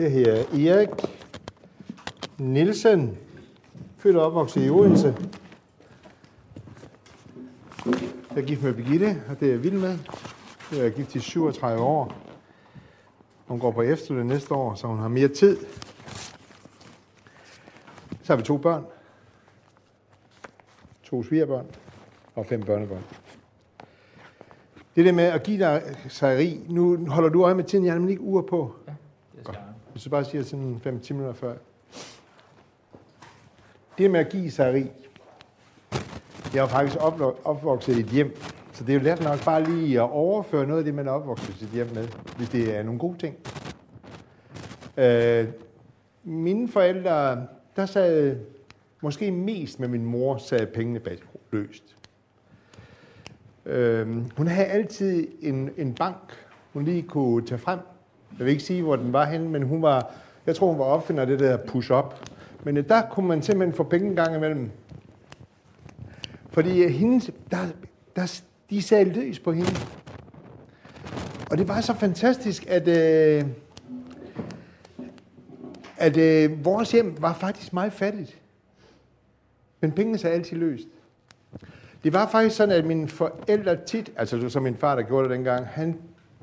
Jeg hedder Erik Nielsen, født og opvokset i Odense. Jeg er gift med Birgitte, og det er jeg vild med. Jeg er gift i 37 år. Hun går på efterløn næste år, så hun har mere tid. Så har vi 2 børn. 2 svigerbørn og 5 børnebørn. Det der med at give dig sig rig. Nu holder du øje med tiden, jeg har nemlig ikke ur på. Ja, det skal jeg. Hvis du bare siger sådan 5-10 minutter før. Det med at give sig rig. Jeg er faktisk opvokset i et hjem, så det er jo let nok bare lige at overføre noget af det, man er opvokset i sit hjem med, hvis det er nogle gode ting. Mine forældre, der sad måske mest med min mor, sad pengene bag løst. Hun havde altid en bank, hun lige kunne tage frem. Jeg vil ikke sige, hvor den var henne, men jeg tror, hun var opfinder af det der push-up. Men der kunne man simpelthen få penge en gang imellem. Fordi de sagde løs på hende. Og det var så fantastisk, at vores hjem var faktisk meget fattigt. Men pengene sagde altid løst. Det var faktisk sådan, at mine forældre tit, altså som min far, der gjorde det dengang, han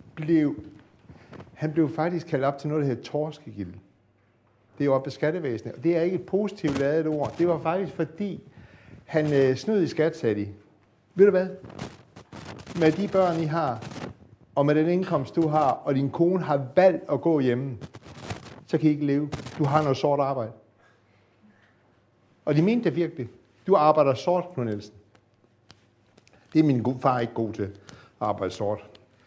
blev faktisk kaldt op til noget, der hedder torskegilde. Det er jo oppe ved skattevæsenet, og det er ikke et positivt ladet ord. Det var faktisk fordi, han snød i skat, sagde de. Ved du hvad? Med de børn, I har, og med den indkomst, du har, og din kone har valgt at gå hjemme, så kan I ikke leve. Du har noget sort arbejde. Og de mente det virkelig. Du arbejder sort, Knud Nielsen. Det er min far ikke god til at arbejde sort.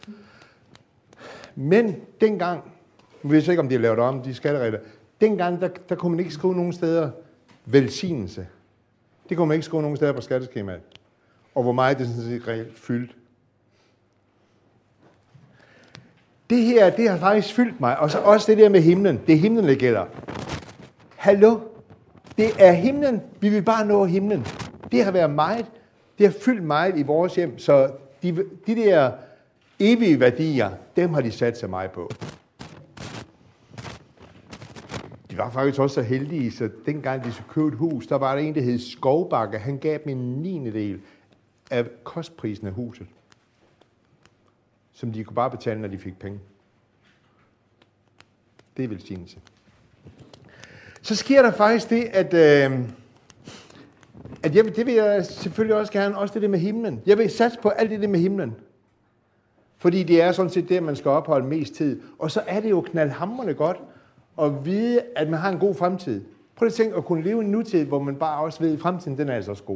Men dengang, nu ved jeg ikke, om de har lavet om, de skatteregler, dengang, der kunne man ikke skrive nogen steder velsignelse. Det kunne man ikke skrive nogen steder på skatteskemaet. Og hvor meget det sådan set reelt fyldt. Det her, det har faktisk fyldt mig. Og så også det der med himlen. Det er himlen, der gælder. Hallo? Det er himlen. Vi vil bare nå himlen. Det har været meget. Det har fyldt meget i vores hjem. Så de der evige værdier, dem har de sat sig meget på. De var faktisk også så heldige, så dengang de skulle købe et hus, der var der en, der hed Skovbakke. Han gav dem en 9/del af kostprisen af huset, som de kunne bare betale, når de fik penge. Det er velsignelse. Så sker der faktisk det, at det vil jeg selvfølgelig også gerne, også det med himlen. Jeg vil satse på alt det med himlen. Fordi det er sådan set det, man skal opholde mest tid. Og så er det jo knaldhamrende godt at vide, at man har en god fremtid. Prøv at tænke at kunne leve en nutid, hvor man bare også ved, at fremtiden den er altså også god.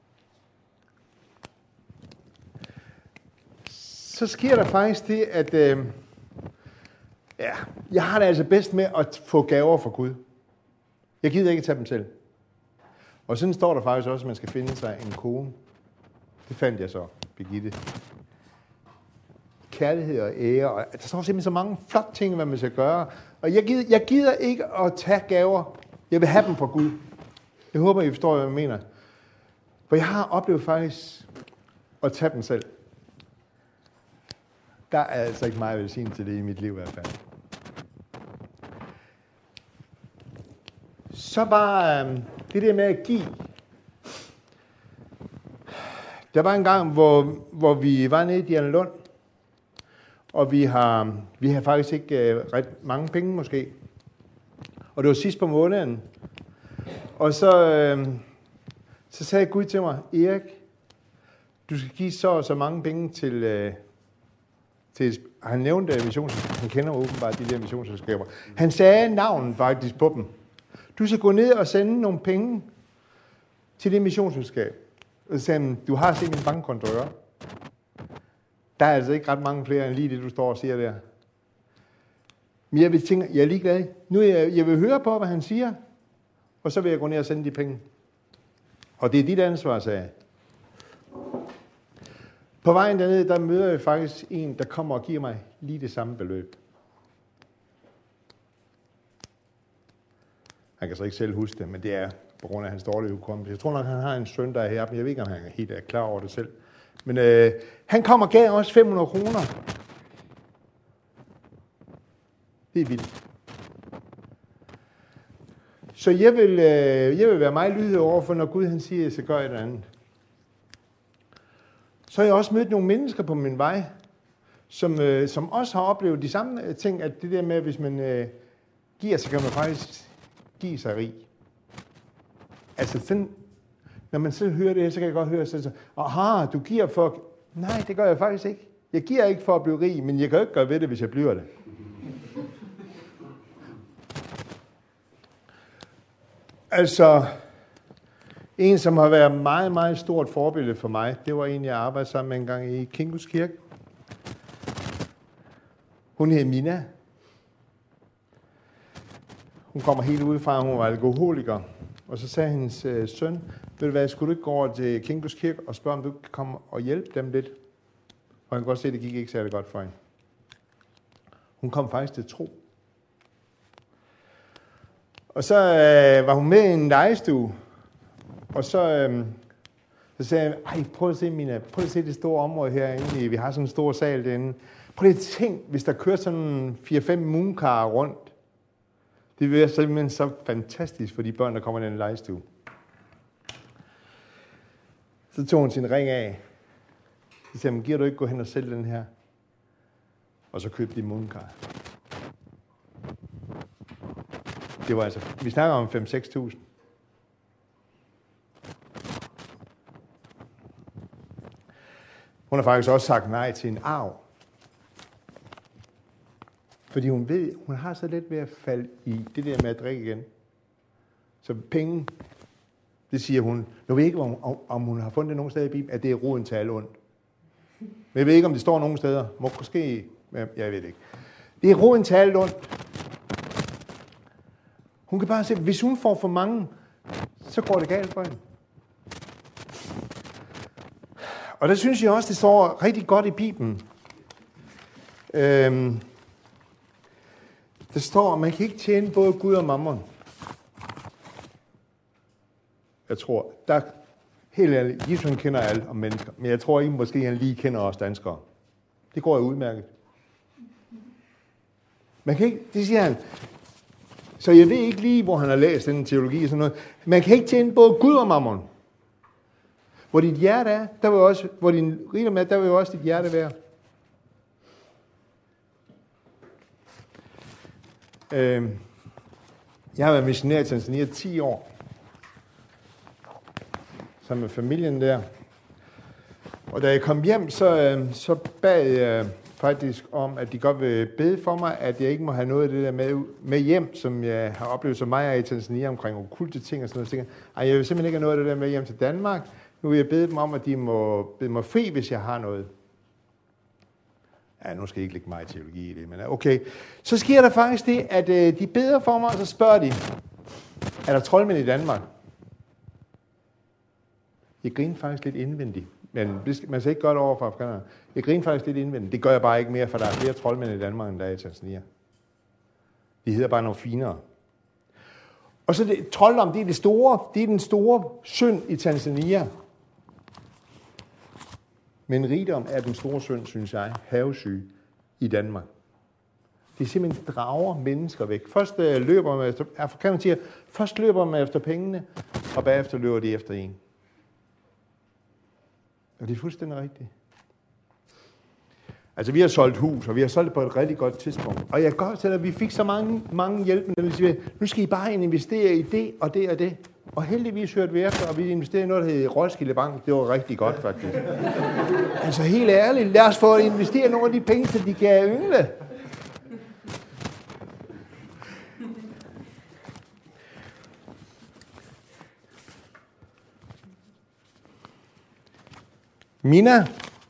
Så sker der faktisk det, at jeg har det altså bedst med at få gaver fra Gud. Jeg gider ikke tage dem selv. Og sådan står der faktisk også, at man skal finde sig en kone. Det fandt jeg så, Birgitte. Kærlighed og ære. Og der står simpelthen så mange flotte ting, hvad man skal gøre. Og jeg gider ikke at tage gaver. Jeg vil have dem fra Gud. Jeg håber, I forstår, hvad jeg mener. For jeg har oplevet faktisk at tage dem selv. Der er altså ikke meget velsignelse til det i mit liv i hvert fald. Så var det der med at give. Der var en gang, hvor vi var nede i Dianalund, og vi har faktisk ikke ret mange penge måske. Og det var sidst på måneden. Og så sagde Gud til mig, Erik, du skal give så mange penge til han nævnte missionsselskaber. Han kender åbenbart de der missionsselskaber. Han sagde navnet faktisk på dem. Du skal gå ned og sende nogle penge til det missionsselskab. Og så sagde han, du har set min bankkonto, ikke? Der er altså ikke ret mange flere end lige det, du står og siger der. Men jeg er ligeglad. Nu jeg vil høre på, hvad han siger, og så vil jeg gå ned og sende de penge. Og det er dit ansvar, sagde jeg. På vejen dernede, der møder jeg faktisk en, der kommer og giver mig lige det samme beløb. Han kan så ikke selv huske det, men det er på grund af hans dårlige hukommelse. Jeg tror nok, han har en søn, der er her, men jeg ved ikke, om han helt er klar over det selv. Men han kom og gav også 500 kroner. Det er vildt. Så jeg vil være meget lydhør overfor, når Gud han siger, at jeg skal gøre et eller andet. Så har jeg også mødt nogle mennesker på min vej, som også har oplevet de samme ting, at det der med, at hvis man giver, så kan man faktisk give sig rig. Altså sådan, når man selv hører det, så kan jeg godt høre så, aha, du giver for... Nej, det gør jeg faktisk ikke. Jeg giver ikke for at blive rig, men jeg kan jo ikke gøre ved det, hvis jeg bliver det. Altså, en, som har været meget, meget stort forbillede for mig, det var en, jeg arbejdede sammen med en gang i Kingus Kirke. Hun hed Mina. Hun kommer helt udefra, hun var alkoholiker. Og så sagde hendes søn, ved du hvad, skulle du ikke gå over til Kingus Kirke og spørge, om du kan komme og hjælpe dem lidt? Og han kan godt se, at det gik ikke særlig godt for hende. Hun kom faktisk til tro. Og så var hun med i en legestue, og så sagde jeg, ej, prøv at se, Mina, prøv at se det store område herinde. Vi har sådan en stor sal derinde. Prøv at tænk, hvis der kører sådan 4-5 mooncar rundt. Det vil være simpelthen så fantastisk for de børn, der kommer i den legestue. Så tog hun sin ring af. Så sagde hun, giver du ikke gå hen og sælge den her? Og så købte de mooncar. Det var altså, vi snakker om 5-6.000. Hun har faktisk også sagt nej til en arv. Fordi hun ved, hun har så let ved at falde i det der med at drikke igen. Så penge, det siger hun. Nu ved jeg ikke, om hun har fundet det nogen steder i Bibelen, at det er roden til alt ondt. Men jeg ved ikke, om det står nogen steder. Måske, jeg ved det ikke. Det er roden til alt ondt. Hun kan bare se, hvis hun får for mange, så går det galt for hende. Og der synes jeg også, det står rigtig godt i Bibelen. Der står, at man kan ikke tjene både Gud og mammon. Jeg tror, der helt ærligt, Jesus kender alle om mennesker, men jeg tror ikke, måske han lige kender os danskere. Det går jo udmærket. Man kan ikke, det siger han. Så jeg ved ikke lige, hvor han har læst den teologi og sådan noget. Man kan ikke tjene både Gud og mammon. Hvor dit hjerte er, der vil også, hvor din rigdom er, der vil også dit hjerte være. Jeg har været missionær i Tanzania 10 år. Sammen med familien der. Og da jeg kom hjem, så bad jeg faktisk om, at de godt vil bede for mig, at jeg ikke må have noget af det der med hjem, som jeg har oplevet så meget af i Tanzania omkring okkulte ting og sådan noget. Jeg tænker, jeg vil simpelthen ikke have noget af det der med hjem til Danmark. Nu vil jeg bede dem om, at de må bede mig fri, hvis jeg har noget. Ja, nu skal jeg ikke lægge mig i teologi i det, men okay. Så sker der faktisk det, at de beder for mig, og så spørger de, er der troldmænd i Danmark? Jeg griner faktisk lidt indvendigt, men man skal ikke gøre det over for afrikanerne. Jeg griner faktisk lidt indvendigt. Det gør jeg bare ikke mere, for der er flere troldmænd i Danmark, end der er i Tanzania. De hedder bare noget finere. Og så det, trolddom, det er den store synd i Tanzania. Men rigdom er den store synd, synes jeg, havesyge i Danmark. Det simpelthen drager mennesker væk. Først løber man efter, afrikanerne siger, først løber man efter pengene, og bagefter løber de efter en. Og det er fuldstændig rigtigt. Altså, vi har solgt hus, og vi har solgt det på et rigtig godt tidspunkt. Og jeg kan godt til, at vi fik så mange hjælpende, der siger, nu skal I bare investere i det og det og det. Og heldigvis hørte vi efter, og vi investerede i noget, der hed Roskilde Bank. Det var rigtig godt, faktisk. Altså, helt ærligt, lad os få investere nogle af de penge, så de kan yngle. Mina.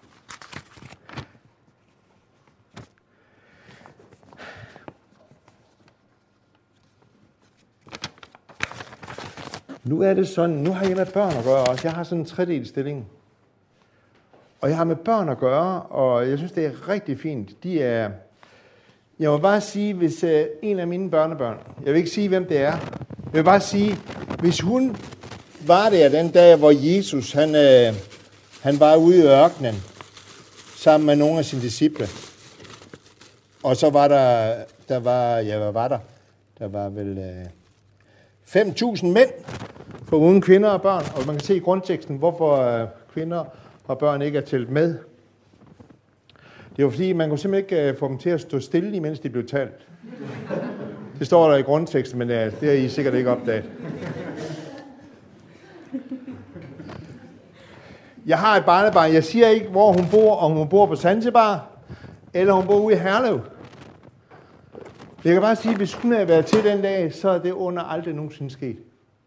Nu er det sådan, nu har jeg med børn at gøre også. Jeg har sådan en tredelt stilling. Og jeg har med børn at gøre, og jeg synes, det er rigtig fint. Jeg må bare sige, hvis en af mine børnebørn, jeg vil ikke sige, hvem det er, jeg vil bare sige, hvis hun var der den dag, hvor Jesus, han var ude i ørkenen, sammen med nogle af sine disciple, og så var hvad var der? Der var vel 5.000 mænd, for uden kvinder og børn. Og man kan se i grundteksten, hvorfor kvinder og børn ikke er talt med. Det var fordi, man kunne simpelthen ikke få dem til at stå stille, imens de blev talt. Det står der i grundteksten, men det har I sikkert ikke opdaget. Jeg har et barnebarn. Jeg siger ikke, hvor hun bor, om hun bor på Zanzibar, eller hun bor ude i Herlev. Jeg kan bare sige, at hvis hun havde været til den dag, så er det under aldrig nogensinde sket.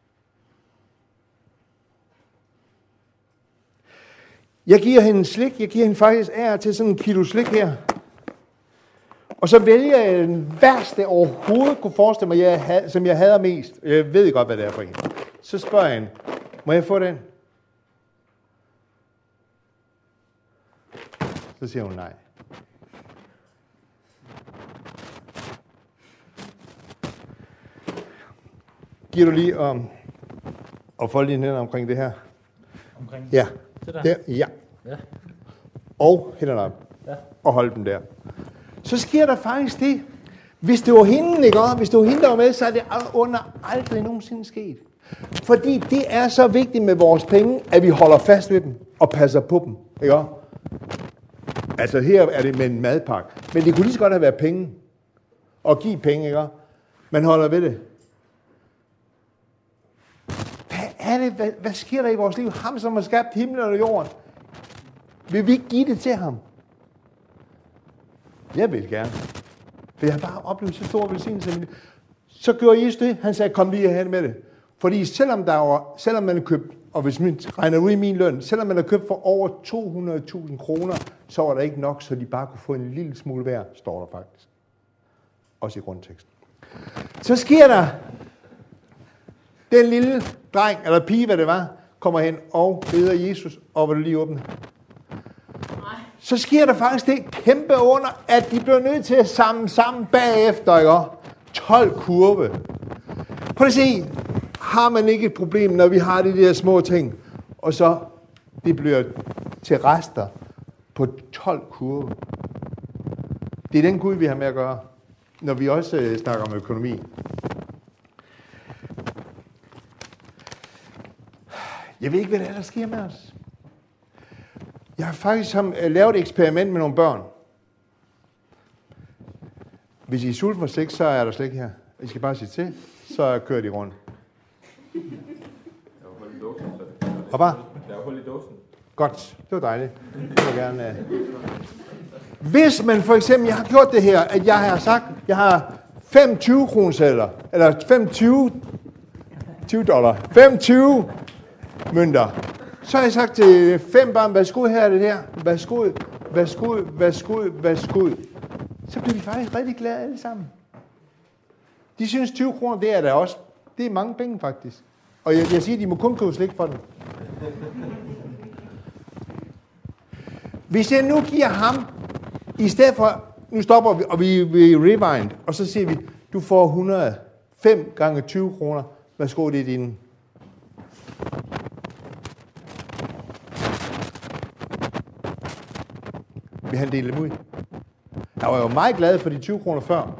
Jeg giver hende slik. Jeg giver hende faktisk ære til sådan en kilo slik her. Og så vælger jeg den værste overhovedet kunne forestille mig, som jeg hader mest. Jeg ved godt, hvad det er for en. Så spørger jeg hende, må jeg få den? Så siger hun nej. Giver du lige og folde dine hænder omkring det her? Omkring? Ja. Det der? Der, ja. Ja. Og hænderne op. Ja. Og hold dem der. Så sker der faktisk det. Hvis det var hende, ikke? Hvis det var hende, der var med, så er det under aldrig nogensinde sket. Fordi det er så vigtigt med vores penge, at vi holder fast ved dem og passer på dem. Ikke? Altså her er det med en madpakke. Men det kunne lige så godt have været penge. Og give penge, ikke? Man holder ved det. Hvad sker der i vores liv? Ham, som har skabt himlen og jorden. Vil vi ikke give det til ham? Jeg vil gerne. For jeg har bare oplevet så stor velsignelse. Så gjorde Jesus det. Han sagde, kom lige hen med det. Fordi selvom man har købt, og hvis man regner ud i min løn, selvom man har købt for over 200.000 kroner, så var der ikke nok, så de bare kunne få en lille smule værd, står der faktisk. Også i grundteksten. Så sker der, den lille dreng, eller pige, hvad det var, kommer hen og beder Jesus, og vil lige åbne. Så sker der faktisk det kæmpe under, at de bliver nødt til at samle sammen bagefter, ikke? 12 kurve. Prøv at se, har man ikke et problem, når vi har de der små ting, og så det bliver til rester på 12 kurve. Det er den Gud, vi har med at gøre, når vi også snakker om økonomi. Jeg ved ikke, hvad der sker med os. Jeg har faktisk lavet et eksperiment med nogle børn. Hvis I er sulten for slik, så er der slik her. I skal bare sige til, så kører de rundt. Der var hul i dåsen. Hoppa. Der var hul i dåsen. Godt, det var dejligt. Det var gerne. Hvis man for eksempel, jeg har gjort det her, at jeg har sagt, jeg har 25 kronesedler, eller 20 dollar, 25 mønter. Så har jeg sagt til 5 børn, værsgo her er det her, værsgo, værsgo, værsgo, værsgo. Så bliver de faktisk rigtig glade alle sammen. De synes 20 kroner, det er der også. Det er mange penge faktisk. Og jeg siger, de må kun købe slik for den. Hvis jeg nu giver ham, i stedet for, nu stopper vi, og vi rewind, og så siger vi, du får 105 gange 20 kroner. Værsgo, det er dine. Vi han dele dem ud. Jeg var jo meget glad for de 20 kroner før.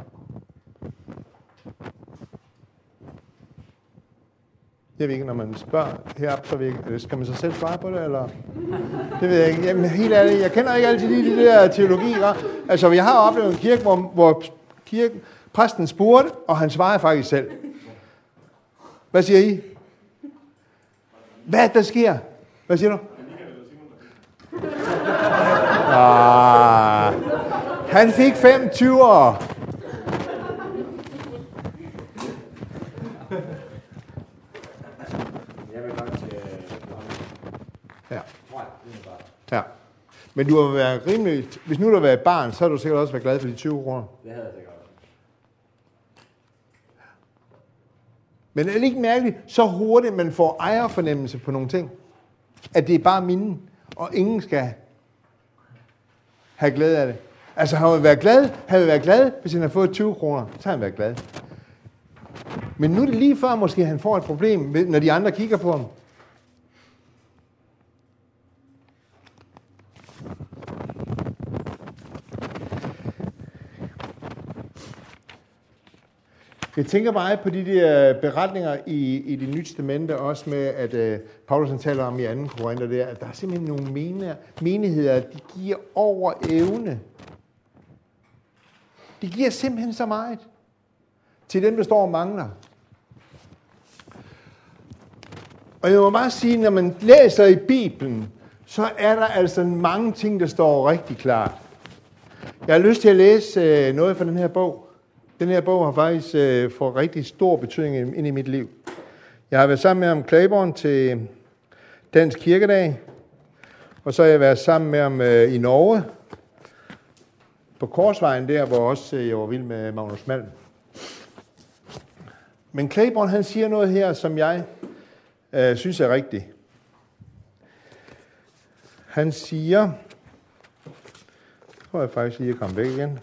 Jeg ved ikke, når man spørger heroppe, så skal man så selv svare på det, eller? Det ved jeg ikke. Jamen, helt ærligt, jeg kender ikke altid de der teologi, ikke? Altså, jeg har oplevet en kirke, hvor præsten spurgte, og han svarede faktisk selv. Hvad siger I? Hvad der sker? Hvad siger du? Han fik 25 år. Ja. Ja. Men du har været rimelig. Hvis nu du har været barn, så har du sikkert også været glad for de 20 kroner. Det havde jeg sikkert også. Men er det ikke mærkeligt, så hurtigt man får ejerfornemmelse på nogle ting? At det er bare mine, og ingen skal have glæde af det. Altså har han været glad, hvis han har fået 20 kroner, så har han været glad. Men nu er det lige før, måske han får et problem, når de andre kigger på ham. Jeg tænker meget på de der beretninger i det nye testamente, også med, at Paulus han taler om i 2. Korinther, der, at der er simpelthen nogle menigheder, de giver over evne. De giver simpelthen så meget til dem, der står og mangler. Og jeg må bare sige, når man læser i Bibelen, så er der altså mange ting, der står rigtig klart. Jeg har lyst til at læse noget fra den her bog. Den her bog har faktisk fået rigtig stor betydning ind i mit liv. Jeg har været sammen med ham Claiborne til Dansk Kirkedag, og så har jeg været sammen med ham i Norge, på Korsvejen der, hvor også jeg var vild med Magnus Malm. Men Claiborne, han siger noget her, som jeg synes er rigtigt. Han siger, jeg tror jeg faktisk lige at komme væk igen.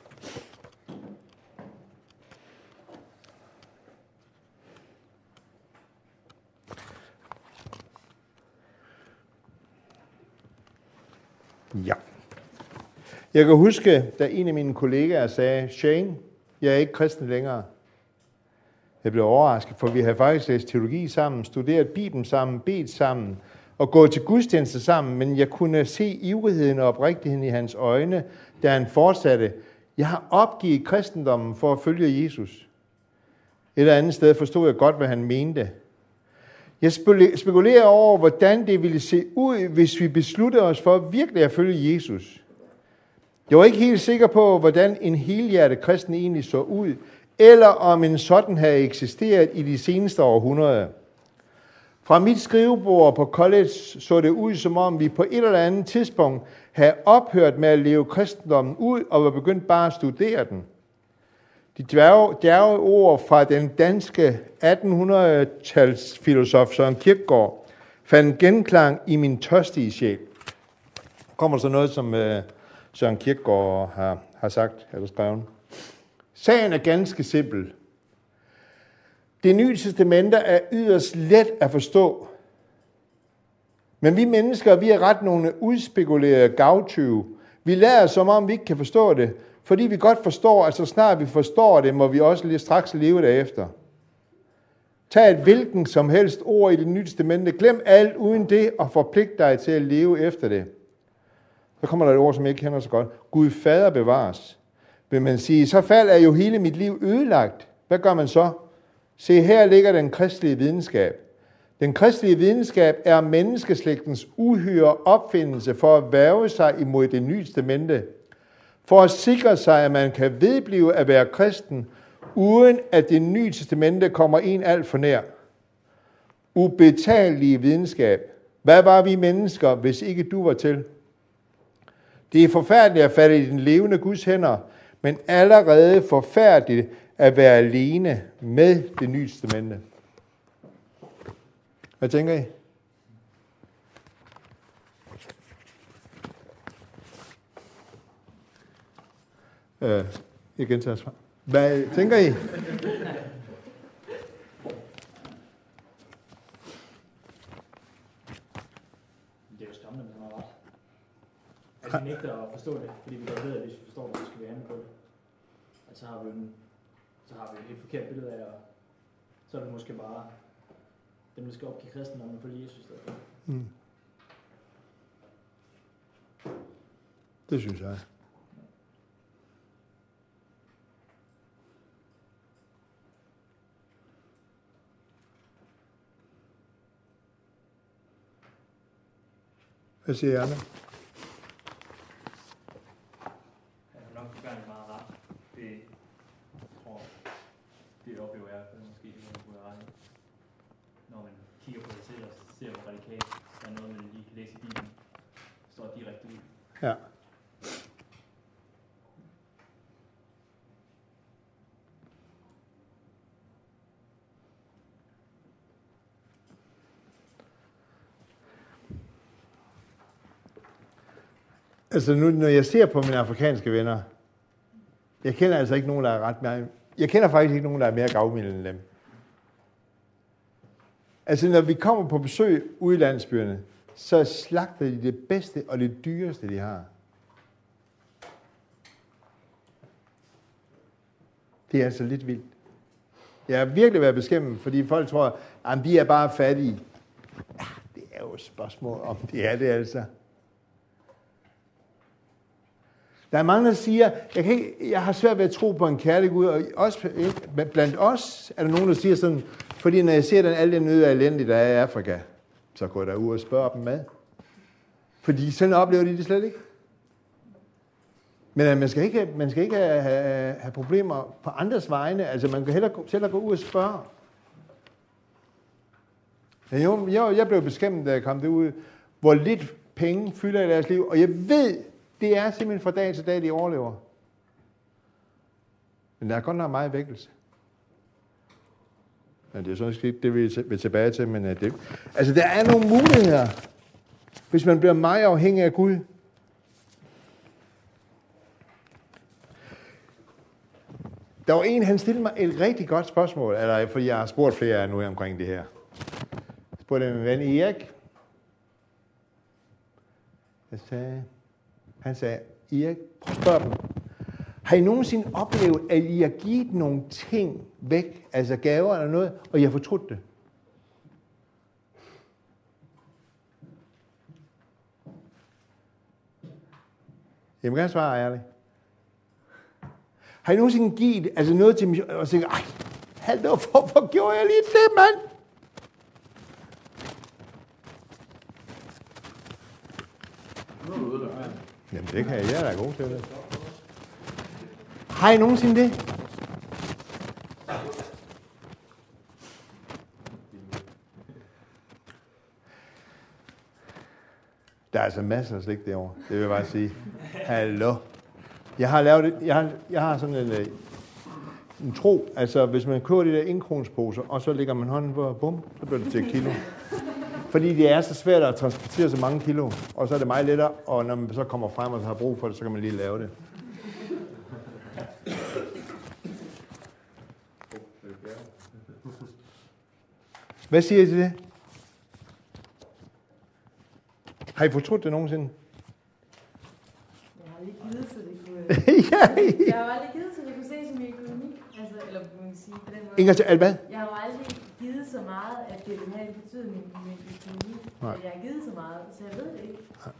Ja. Jeg kan huske, da en af mine kollegaer sagde, Shane, jeg er ikke kristen længere. Jeg blev overrasket, for vi havde faktisk læst teologi sammen, studeret Bibelen sammen, bedt sammen og gået til gudstjeneste sammen, men jeg kunne se ivrigheden og oprigtigheden i hans øjne, da han fortsatte, jeg har opgivet kristendommen for at følge Jesus. Et eller andet sted forstod jeg godt, hvad han mente. Jeg spekulerer over, hvordan det ville se ud, hvis vi besluttede os for virkelig at følge Jesus. Jeg var ikke helt sikker på, hvordan en helhjertet kristen egentlig så ud, eller om en sådan havde eksisteret i de seneste århundreder. Fra mit skrivebord på college så det ud, som om vi på et eller andet tidspunkt havde ophørt med at leve kristendommen ud, og var begyndt bare at studere den. De djærve ord fra den danske 1800-tals filosof Søren Kierkegaard fandt genklang i min tørstige sjæl. Der kommer så noget, som Søren Kierkegaard har sagt eller skrevet. Sagen er ganske simpel. Det nye testamente er yderst let at forstå. Men vi mennesker, vi er ret nogle udspekulerede gavtyve. Vi lader som om vi ikke kan forstå det, fordi vi godt forstår, at så snart vi forstår det, må vi også lige straks leve derefter. Tag et hvilken som helst ord i det nye testamente. Glem alt uden det og forpligt dig til at leve efter det. Så kommer der et ord, som jeg ikke kender så godt. Gud fader bevares. Vil man sige, så er jo hele mit liv ødelagt. Hvad gør man så? Se, her ligger den kristelige videnskab. Den kristelige videnskab er menneskeslægtens uhyre opfindelse for at værge sig imod det nye testamente. For at sikre sig, at man kan vedblive at være kristen, uden at det nye testamente kommer en alt for nær. Ubetalelige videnskab. Hvad var vi mennesker, hvis ikke du var til? Det er forfærdeligt at falde i den levende Guds hænder, men allerede forfærdeligt at være alene med det nye testamente. Hvad tænker I? Jeg gentager svar. Hvad tænker I? Det er jo skræmmende, men han har ret. Altså, vi nægter at forstå det, fordi vi godt ved, at hvis vi forstår det, så skal vi handle på det. Altså, så har vi et helt forkert billede af, og så er det måske bare dem, der skal opgive kristendommen og følge Jesus. Det synes jeg. Hvad siger I andre? Jeg har nok forfærdeligt meget ret. Det oplever jeg måske, at jeg ret. Når man kigger på sig selv og ser, hvor radikalt der er noget, man lige kan læse i Bibelen, står direkte ud. Ja. Altså nu, når jeg ser på mine afrikanske venner, jeg kender altså ikke nogen, der er ret mere. Jeg kender faktisk ikke nogen, der er mere gavmilde end dem. Altså når vi kommer på besøg ude i landsbyerne, så slagter de det bedste og det dyreste, de har. Det er altså lidt vildt. Jeg har virkelig været beskæmmet, fordi folk tror, at de er bare fattige. Ja, det er jo et spørgsmål om det er det altså. Der er mange, der siger, jeg har svært ved at tro på en kærlig Gud, og også blandt os er der nogen, der siger sådan, fordi når jeg ser alle den nød og elendige, der er i Afrika, så går jeg derud og spørger dem mad. Fordi sådan oplever de det slet ikke. Men man skal ikke have problemer på andres vegne. Altså man kan hellere selv gå ud og spørge. Jeg blev beskæmmet, da jeg kom derud, hvor lidt penge fylder i deres liv. Og jeg ved, det er simpelthen fra dag til dag, de overlever. Men der er godt nok meget vækkelse. Ja, det er sådan skidt, det vil tilbage til, men det... Altså, der er nogle muligheder, hvis man bliver meget afhængig af Gud. Der var en, han stillede mig et rigtig godt spørgsmål, eller fordi jeg har spurgt flere nu omkring det her. Jeg spurgte min ven Erik. Han sagde, Erik, prøv at spørge dem. Har I nogensinde oplevet, at I har givet nogle ting væk, altså gaver eller noget, og I har fortrudt det? Jeg må gerne svare ærligt. Har I nogensinde givet altså noget til mig, og tænkt, ej, hallo, hvorfor gjorde jeg lige det, mand? Jamen det kan jeg er da god til det. Har I nogensinde det? Der er altså masser af slik derovre, det vil jeg bare sige. Hallo. Jeg har lavet jeg har sådan en tro, altså hvis man køber de der 1-kronesposer, og så lægger man hånden på, bum, så bliver det til et kilo. Fordi det er så svært at transportere så mange kilo, og så er det meget lettere, og når man så kommer frem og så har brug for det, så kan man lige lave det. Hvad siger I til det? Har I fortrudt det nogensinde? Jeg har aldrig givet, så det kunne... Jeg har aldrig givet, så det kunne ses som økonomi. Altså, eller man kan sige på den måde. Inger, hvad? Jeg har aldrig givet så meget, at det vil have en betydning i min økonomi. At jeg har givet så meget, så jeg ved det ikke.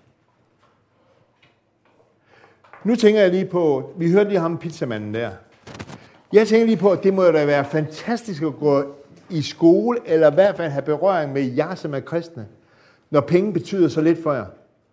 Nu tænker jeg lige på, vi hørte lige ham pizzamanden der. Jeg tænker lige på, at det må da være fantastisk at gå i skole, eller i hvert fald have berøring med jer, som er kristne, når penge betyder så lidt for jer.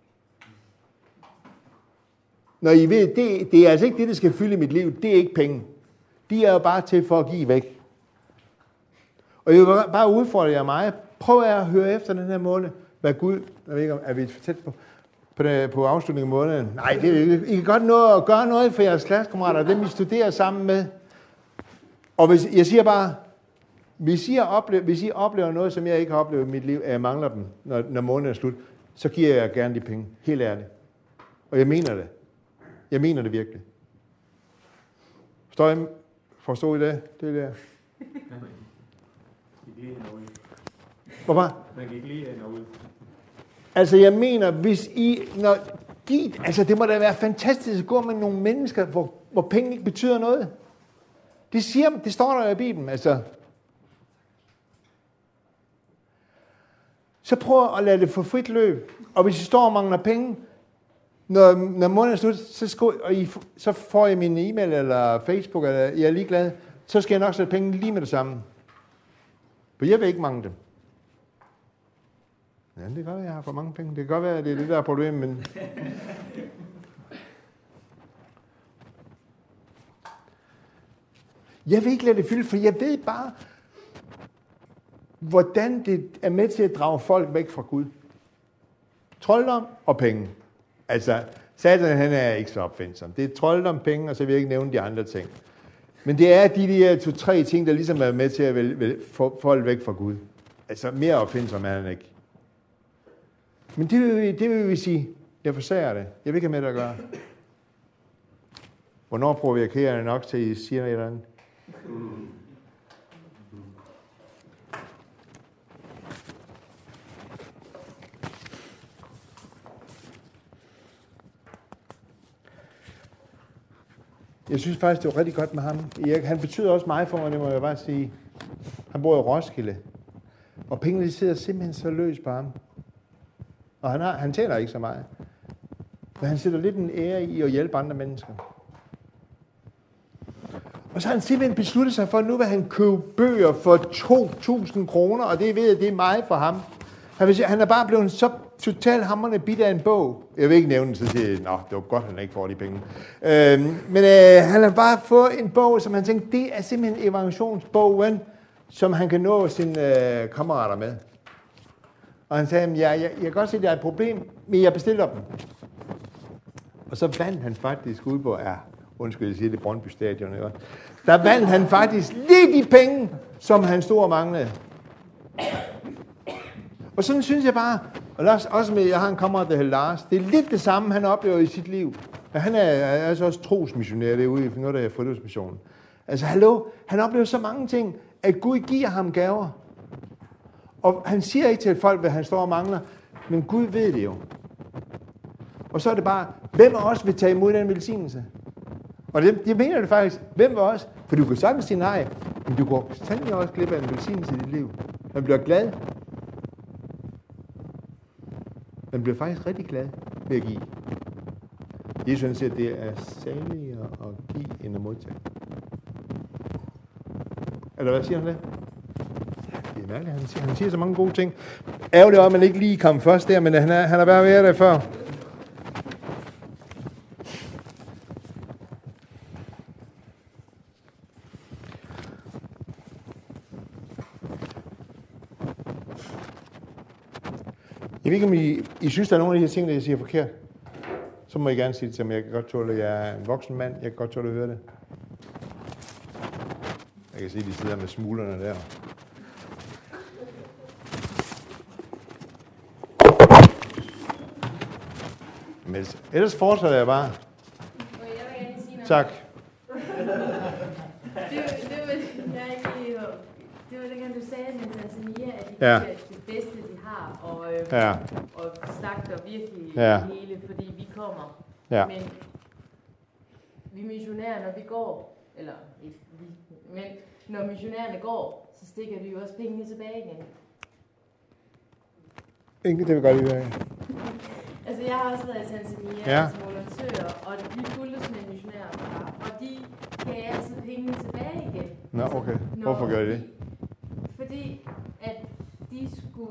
Når I ved, det er altså ikke det, der skal fylde mit liv. Det er ikke penge. De er jo bare til for at give væk. Og jeg vil bare udfordre jer meget. Prøv at høre efter den her måned, hvad Gud, jeg ved ikke, er vi tæt på afslutningen af måneden? Nej, I kan godt nå at gøre noget for jeres klassekammerater, dem I studerer sammen med. Og hvis, jeg siger bare, hvis I oplever noget, som jeg ikke har oplevet i mit liv, at jeg mangler dem, når måneden er slut, så giver jeg gerne de penge. Helt ærligt. Og jeg mener det. Jeg mener det virkelig. Forstår I det? Det er der. Hvorfor? Man kan ikke lige nå ud. Altså jeg mener, hvis I... altså det må da være fantastisk at gå med nogle mennesker, hvor penge ikke betyder noget. Det står der i Bibelen, altså. Så prøv at lade det få frit løb. Og hvis I står og mangler penge, når måneden er slut, så får jeg min e-mail eller Facebook, eller jeg er ligeglad, så skal jeg nok sætte penge lige med det samme. For jeg vil ikke mangle dem. Ja, det kan godt være, jeg har for mange penge. Det kan godt være, at det er det, der er problemet, men... Jeg vil ikke lade det fylde, for jeg ved bare, hvordan det er med til at drage folk væk fra Gud. Trolddom og penge. Altså, Satan, han er ikke så opfindsom. Det er trolddom, penge, og så vil jeg ikke nævne de andre ting. Men det er de der 2-3 ting, der ligesom er med til at få folk væk fra Gud. Altså, mere opfindsom er han ikke. Men det vil vi sige, jeg forsager det. Jeg vil ikke have med det at gøre. Hvornår provokerer jeg nok til, at I siger et eller andet? Jeg synes faktisk, det var rigtig godt med ham. Erik, han betyder også meget for mig, det må jeg bare sige. Han bor i Roskilde. Og pengene de sidder simpelthen så løs på ham. Og han tjener ikke så meget. Men han sætter lidt en ære i at hjælpe andre mennesker. Og så har han simpelthen besluttet sig for, at nu vil han købe bøger for 2.000 kroner, og det ved jeg, det er meget for ham. Han er bare blevet så totalt hamrende bidt af en bog. Jeg vil ikke nævne den, så siger jeg, nå, det var godt, han ikke får de penge. Men han har bare fået en bog, som han tænkte, det er simpelthen evangelationsbogen, som han kan nå sine kammerater med. Og han sagde, jeg kan godt se, at der er et problem, men jeg bestiller dem. Og så vandt han faktisk ud på, undskyld, jeg siger det, Brøndby Stadion, ikke? Der vandt han faktisk lige de penge, som han stod og manglede. Og sådan synes jeg bare, og også med, jeg har en kammerat, der hedder Lars, det er lidt det samme, han oplever i sit liv. Han er altså også trosmissionær derude i noget, der er Friluftsmissionen. Altså, hallo, han oplever så mange ting, at Gud giver ham gaver. Og han siger ikke til folk, hvad han står og mangler, men Gud ved det jo. Og så er det bare, hvem af os vil tage imod den velsignelse? Og det mener det faktisk, hvem af os? For du kan sagtens sige nej, men du går sandelig også glip af en velsignelse i dit liv. Man bliver glad. Man bliver faktisk rigtig glad ved at give. Jesus siger, at det er saligere at give end at modtage. Eller hvad siger han det? Det er mærkeligt, han siger så mange gode ting. Ærgerligt om, at man ikke lige kom først der, men han har bare været der før. Jeg ved ikke, om I synes, der er nogle af de her ting, der jeg siger forkert. Så må I gerne sige det til mig. Jeg kan godt tåle, at jeg er en voksen mand. Jeg kan godt tåle at høre det. Jeg kan se, at de sidder med smulerne der. Men ellers fortsætter jeg bare. Tak. Det var dengang, du sagde med Tanzania, at de giver det bedste, de har, og slagter virkelig det hele, fordi vi kommer. Ja. Men vi missionærer, når vi går, eller ikke vi, men når missionærerne går, så stikker vi jo også pengene tilbage igen. Ikke det vil godt lide. Altså, jeg har også været i Tanzania som volontør, og vi fulgtes med missionærer bare, og de gav altid pengene tilbage igen. Nå, okay. Hvorfor gør de det? Fordi at de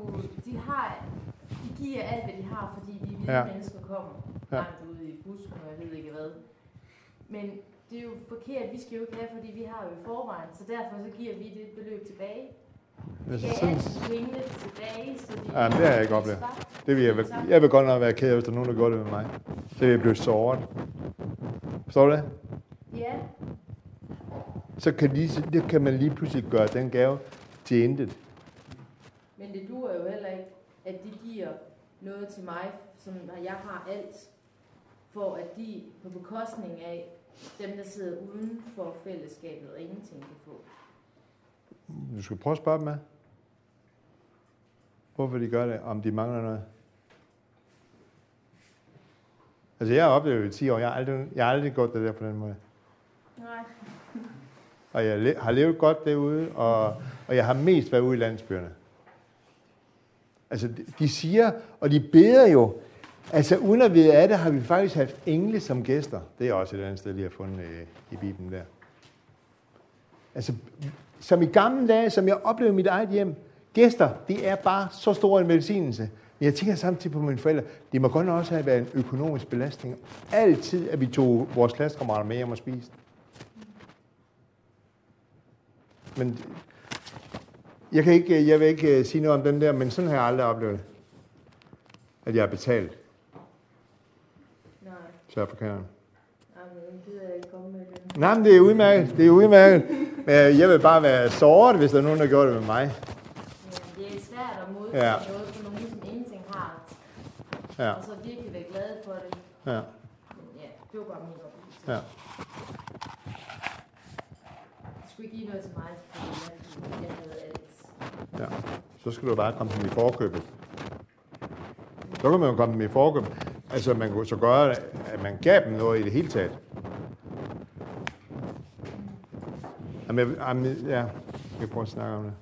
giver alt, hvad de har, fordi de hvide mennesker kommer langt ude i busken, og jeg ved ikke hvad. Men det er jo forkert, vi skal jo ikke have, fordi vi har jo i forvejen, så derfor så giver vi det beløb tilbage. Vi giver altid pengene tilbage, så de... Ja, det har jeg ikke oplevet. Det vil jeg vil godt nok være ked af, hvis der er nogen, der gør det med mig. Så vil jeg blive såret. Forstår du det? Ja. Så kan man lige pludselig gøre den gave til intet. Men det duer jo heller ikke, at de giver noget til mig, som jeg har alt, for at de på bekostning af dem, der sidder uden for fællesskabet og ingenting kan få. Du skal prøve at spørge dem af. Hvorfor de gør det, om de mangler noget. Altså jeg har oplevet i 10 år, jeg har aldrig gjort det der på den måde. Nej. Og jeg har levet godt derude, og jeg har mest været ude i landsbyerne. Altså, de siger, og de beder jo, altså uden at vide af det, har vi faktisk haft engle som gæster. Det er også et andet sted, de har fundet i Bibelen der. Altså, som i gamle dage, som jeg oplevede i mit eget hjem, gæster, det er bare så stor en velsignelse. Men jeg tænker samtidig på mine forældre, det må godt også have været en økonomisk belastning. Altid, at vi tog vores klassekammerater med hjem og spiste. Men jeg vil ikke sige noget om den der, men sådan har jeg aldrig oplevet, at jeg har betalt. Nej. Så er forkert. Jamen, det er jeg ikke komme med det. Nej, men det er udmærket. Det er udmærket. Men jeg vil bare være såret, hvis der er nogen, der gør det med mig. Ja, det er svært at modtage noget for nogen, som ingenting har. Ja. Og så virkelig være glad for det. Ja. Men ja, det var bare min oplevelse. Ja. Du skulle ikke give noget til mig, fordi jeg havde alt. Ja. Så skal du bare komme dem i forkøbet. Så kan man jo komme dem i forkøbet. Altså, man kunne så gøre, at man gav dem noget i det hele taget. Jamen, ja. kan prøve at snakke om det.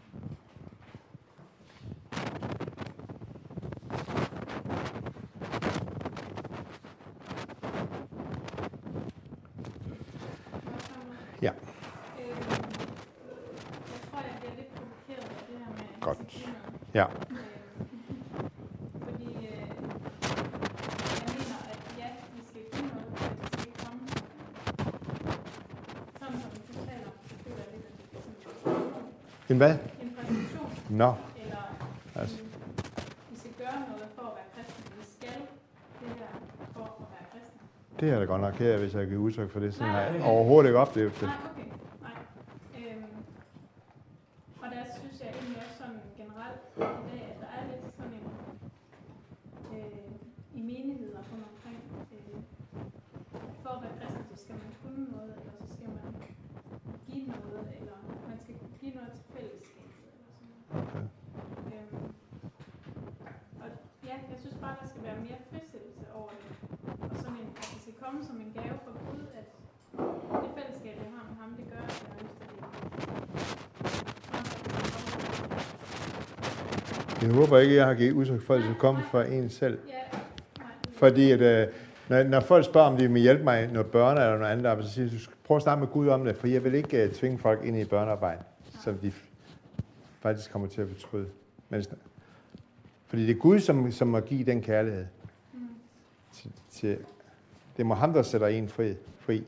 Ja. Jeg tror, jeg bliver lidt provokeret af det her med Godt. disciplinet. Ja. Fordi jeg mener, at ja, vi skal give noget, men det skal ikke komme sådan som du taler om. Det føler jeg lidt, at det er sådan En hvad? en præsentation, Nå. eller Altså. vi skal gøre noget for at være kristne. Vi skal det her for at være kristne. Det er da godt nok her, hvis jeg kan give udtryk for det. Sådan har jeg overhovedet ikke oplevet det. Nej, okay. Nej. Og der synes jeg egentlig også sådan generelt i dag, at der er lidt sådan en i menigheder rundt omkring, for at være kristen, så skal man kunne noget, eller så skal man give noget, eller man skal give noget til fællesskabet, eller sådan noget. Okay. Og ja, jeg synes bare, der skal være mere frisættelse over det. Og sådan en, at det skal komme som en gave fra Gud, at det fællesskab, jeg har med ham, det gør, at jeg har lyst til det. Jeg håber ikke, at jeg har givet udtryk for, at det skal komme fra en selv. Ja, nej. Fordi at, når folk spørger, om de vil hjælpe mig noget børne eller noget andet, så siger jeg, du skal prøve at snakke med Gud om det, for jeg vil ikke tvinge folk ind i børnearbejde, som de faktisk kommer til at fortryde. Men, fordi det er Gud, som må give den kærlighed. Til, det må ham, der sætter en fri.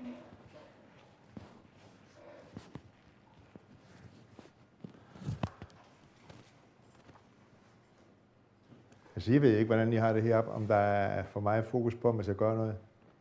Altså, jeg ved ikke, hvordan I har det heroppe, om der er for mig fokus på, om man skal gøre noget.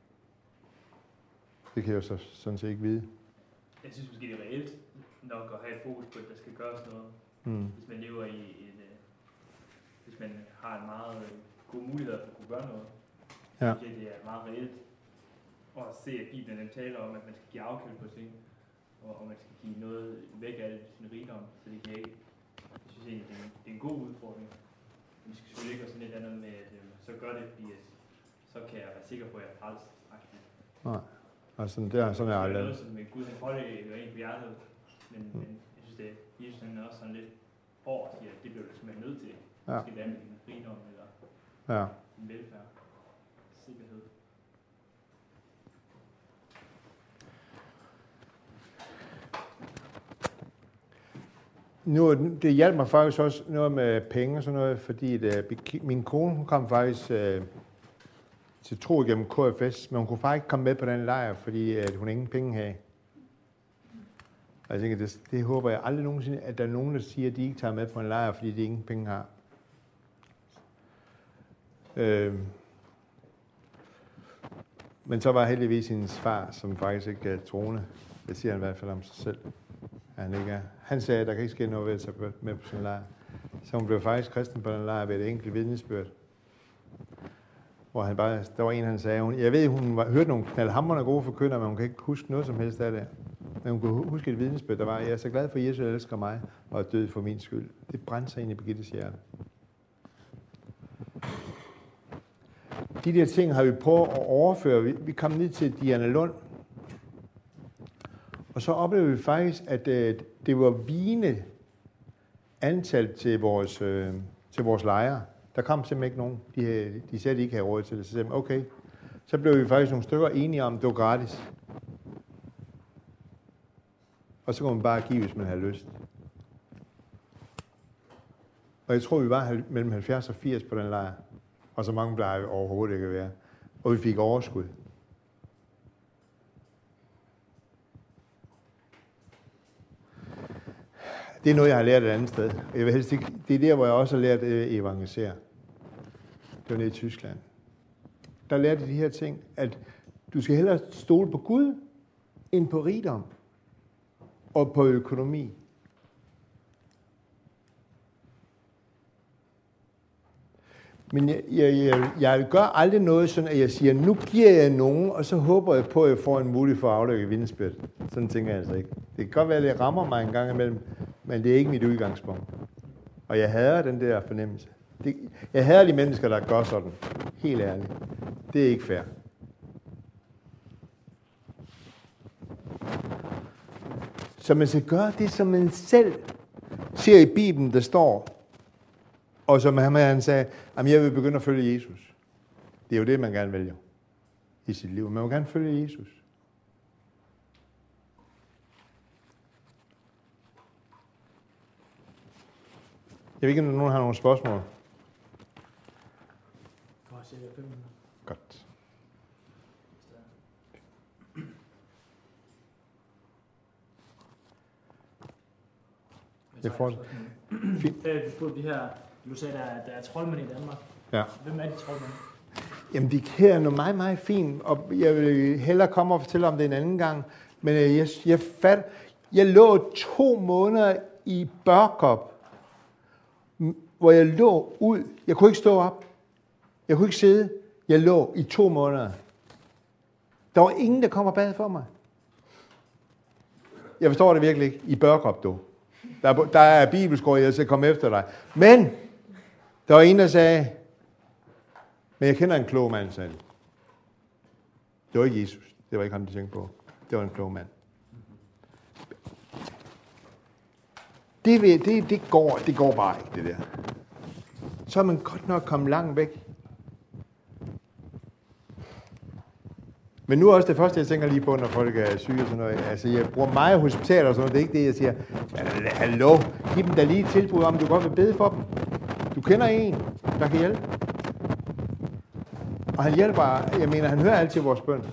Det kan jeg jo så sådan set ikke vide. Jeg synes måske, det er reelt nok at have et fokus på, at der skal gøres noget. Hvis man lever i hvis man har en meget god mulighed for at kunne gøre noget. Ja. Så synes jeg, det er meget reelt at se, at Bibelen den taler om, at man skal give afkald på ting, og man skal give noget væk af sin rigdom, så det kan ikke. Jeg synes egentlig, det er en god udfordring. Vi skal selvfølgelig ikke være sådan lidt andet med, at så gør det, fordi at, så kan jeg være sikker på, at jeg er frelst. Nej, og sådan er jeg aldrig. Det er noget, som Gud han pålægger en på hjertet, men jeg synes, at Jesus han er også sådan lidt hård og siger, at det bliver du simpelthen nødt til. Ja. Du skal være med din rigdom eller din velfærd, sikkerhed. Nu, det hjalp mig faktisk også noget med penge og sådan noget, fordi min kone hun kom faktisk til tro igennem KFS, men hun kunne faktisk ikke komme med på den lejr, fordi hun ingen penge havde. Og jeg tænker, det håber jeg aldrig nogensinde, at der er nogen, der siger, at de ikke tager med på en lejr, fordi de ingen penge har. Men så var heldigvis hendes far, som faktisk ikke er troende. Det siger han i hvert fald om sig selv. Han ikke er. Han sagde, at der kan ikke ske noget ved at tage med på sin lejr. Så hun blev faktisk kristen på den lejr ved et enkelt vidnesbyrd. Hvor der var en, han sagde, jeg ved, hun hørte nogle knaldhamrende gode forkyndere, men hun kan ikke huske noget som helst af det. Men hun kunne huske et vidnesbyrd, der var, jeg er så glad for, at Jesus elsker mig og er død for min skyld. Det brændte sig ind i Birgittes hjerte. De der ting har vi prøvet at overføre. Vi kom ned til Diana Lund, og så oplevede vi faktisk, at det var vigende antal til vores lejre. Der kom simpelthen ikke nogen. De sagde, at de ikke havde råd til det. Så sagde okay. Så blev vi faktisk nogle stykker enige om, at det var gratis. Og så kunne man bare give, hvis man havde lyst. Og jeg tror, vi var mellem 70 og 80 på den lejr. Og så mange plejer vi overhovedet ikke at være. Og vi fik overskud. Det er noget, jeg har lært et andet sted. Jeg vil helst ikke, det er der, hvor jeg også har lært at evangelisere. Det var nede i Tyskland. Der lærte de her ting, at du skal hellere stole på Gud, end på rigdom og på økonomi. Men jeg gør aldrig noget sådan, at jeg siger, nu giver jeg nogen, og så håber jeg på, at jeg får en mulighed for at aflægge vidnesbyrd. Sådan tænker jeg altså ikke. Det kan godt være, at det rammer mig en gang imellem, men det er ikke mit udgangspunkt. Og jeg hader den der fornemmelse. Jeg hader de mennesker, der gør sådan. Helt ærligt. Det er ikke fair. Så man skal gøre det, som man selv ser i Bibelen, der står. Og som han sagde, at jeg vil begynde at følge Jesus. Det er jo det, man gerne vælger i sit liv. Man vil gerne følge Jesus. Jeg ved ikke, om nogen har nogle spørgsmål. Godt. Jeg får fint. De her, du sagde, der er troldmænd i Danmark. Ja. Hvem er de troldmænd? Jamen, de kærer noget meget, meget fint, og jeg vil hellere komme og fortælle om det en anden gang. Men jeg lå 2 måneder i Børkop, hvor jeg lå ud. Jeg kunne ikke stå op. Jeg kunne ikke sidde. Jeg lå i 2 måneder. Der var ingen, der kom og bad for mig. Jeg forstår det virkelig ikke. I Børkop, du. Der er bibelskole, jeg skal komme efter dig. Men der var en, der sagde, men jeg kender en klog mand, sagde de. Det var ikke Jesus. Det var ikke ham, de tænkte på. Det var en klog mand. Det går bare ikke, det der. Så er man godt nok kommet langt væk. Men nu er også det første, jeg tænker lige på, når folk er syge og sådan noget. Altså, jeg bruger meget hospitaler og sådan noget. Det er ikke det, jeg siger. Men hallo, giv dem da lige et tilbud om, du godt vil bede for dem. Du kender en, der kan hjælpe. Og han hjælper, jeg mener, han hører altid vores bøn.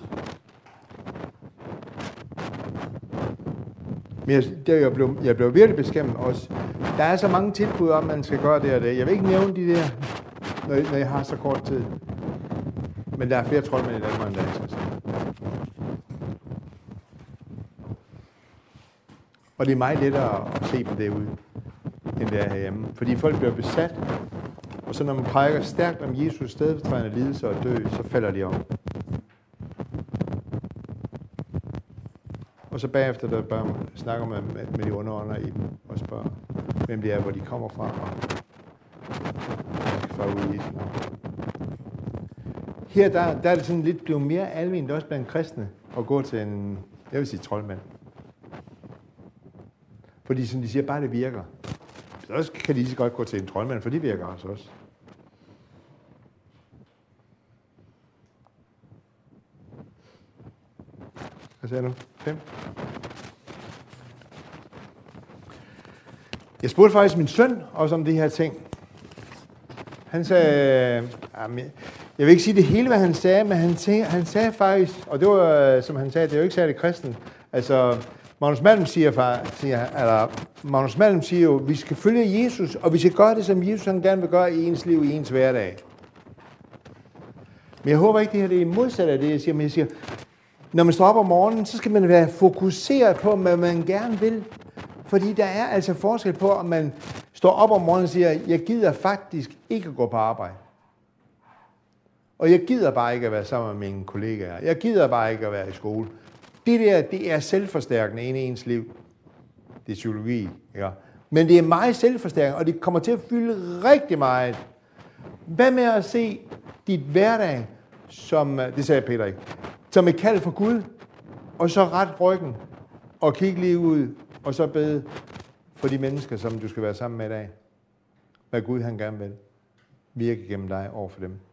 Men jeg blev virkelig beskæmmet også. Der er så mange tilbud om, at man skal gøre det og det. Jeg vil ikke nævne de der, når jeg har så kort tid. Men der er flere troldmænd i Danmark, end der er. Og det er meget lettere at se dem derude, end det er herhjemme. Fordi folk bliver besat, og så når man prædiker stærkt om Jesus stedfortrædende lidelse og død, så falder de om. Og så bagefter, der bare snakker man med de underånder i dem, og spørger, hvem det er, hvor de kommer fra, og fra ude i Jesu navn. Her der er det sådan lidt blevet mere almindeligt også blandt kristne, at gå til en, jeg vil sige troldmand. Fordi som de siger, bare det virker. Så kan de lige så godt gå til en troldmand, for de virker altså også. Hvad sagde du? 5? Jeg spurgte faktisk min søn også om de her ting. Han sagde, jeg vil ikke sige det hele, hvad han sagde, men han sagde faktisk, og det var, som han sagde, det er jo ikke særlig kristen. Altså, Magnus Malm siger jo, vi skal følge Jesus, og vi skal gøre det, som Jesus han gerne vil gøre i ens liv, i ens hverdag. Men jeg håber ikke, det her det er modsat af det, jeg siger. Men jeg siger, når man står op om morgenen, så skal man være fokuseret på, hvad man gerne vil. Fordi der er altså forskel på, om man står op om morgenen og siger, jeg gider faktisk ikke at gå på arbejde. Og jeg gider bare ikke at være sammen med mine kollegaer. Jeg gider bare ikke at være i skole. Det der, det er selvforstærkende inde i ens liv. Det er psykologi, ikke? Men det er meget selvforstærkende, og det kommer til at fylde rigtig meget. Hvad med at se dit hverdag, som, det sagde Peter ikke, som et kald for Gud, og så ret ryggen, og kigge lige ud, og så bede for de mennesker, som du skal være sammen med i dag. Hvad Gud han gerne vil virke gennem dig over for dem.